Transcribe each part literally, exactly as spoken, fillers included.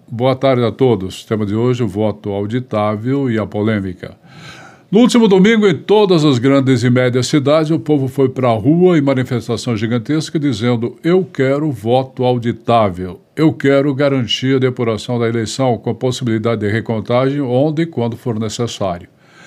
Boa tarde a todos. O tema de hoje, o voto auditável e a polêmica. No último domingo, em todas as grandes e médias cidades, o povo foi para a rua em manifestação gigantesca dizendo: eu quero voto auditável, eu quero garantia de apuração da eleição com possibilidade de recontagem onde e quando for necessário.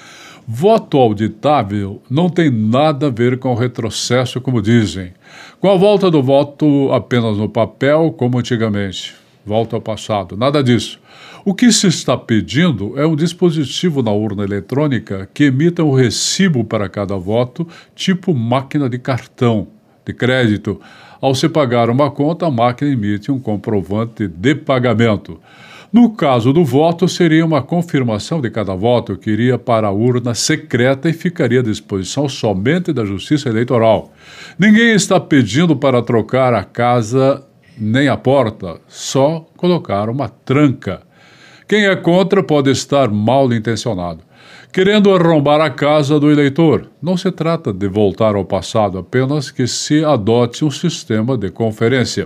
Voto auditável não tem nada a ver com o retrocesso, como dizem, com a volta do voto apenas no papel, como antigamente. Volta ao passado, nada disso. O que se está pedindo é um dispositivo na urna eletrônica que emita um recibo para cada voto, tipo máquina de cartão de crédito. Ao se pagar uma conta, a máquina emite um comprovante de pagamento. No caso do voto, seria uma confirmação de cada voto que iria para a urna secreta e ficaria à disposição somente da Justiça Eleitoral. Ninguém está pedindo para trocar a casa nem a porta, só colocar uma tranca. Quem é contra pode estar mal intencionado, querendo arrombar a casa do eleitor. Não se trata de voltar ao passado, apenas que se adote um sistema de conferência.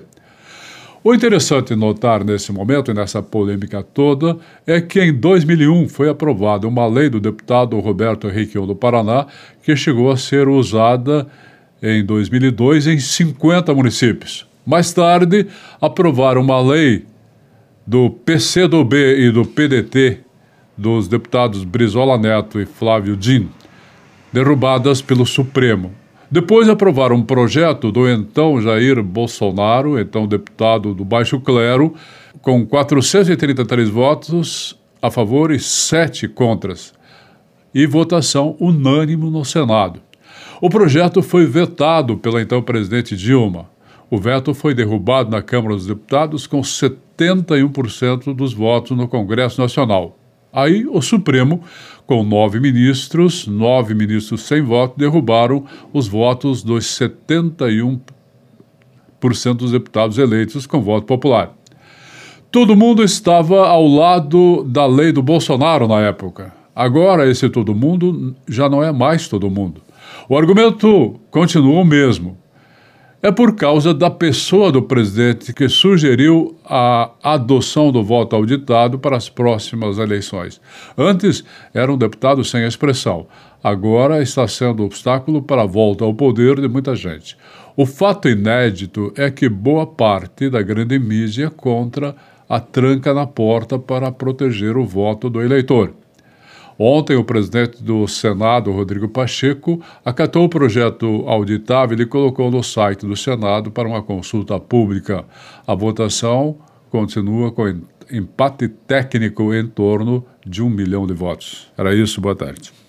O interessante notar nesse momento e nessa polêmica toda é que em dois mil e um foi aprovada uma lei do deputado Roberto Requião do Paraná que chegou a ser usada em dois mil e dois em cinquenta municípios. Mais tarde, aprovaram uma lei do P C do B e do P D T, dos deputados Brizola Neto e Flávio Dino, derrubadas pelo Supremo. Depois aprovaram um projeto do então Jair Bolsonaro, então deputado do Baixo Clero, com quatrocentos e trinta e três votos a favor e sete contras, e votação unânime no Senado. O projeto foi vetado pela então presidente Dilma. O veto foi derrubado na Câmara dos Deputados com setenta e um por cento dos votos no Congresso Nacional. Aí, o Supremo, com nove ministros, nove ministros sem voto, derrubaram os votos dos setenta e um por cento dos deputados eleitos com voto popular. Todo mundo estava ao lado da lei do Bolsonaro na época. Agora, esse todo mundo já não é mais todo mundo. O argumento continua o mesmo. É por causa da pessoa do presidente que sugeriu a adoção do voto auditado para as próximas eleições. Antes, era um deputado sem expressão. Agora está sendo obstáculo para a volta ao poder de muita gente. O fato inédito é que boa parte da grande mídia é contra a tranca na porta para proteger o voto do eleitor. Ontem, o presidente do Senado, Rodrigo Pacheco, acatou o projeto auditável e colocou no site do Senado para uma consulta pública. A votação continua com empate técnico em torno de um milhão de votos. Era isso, boa tarde.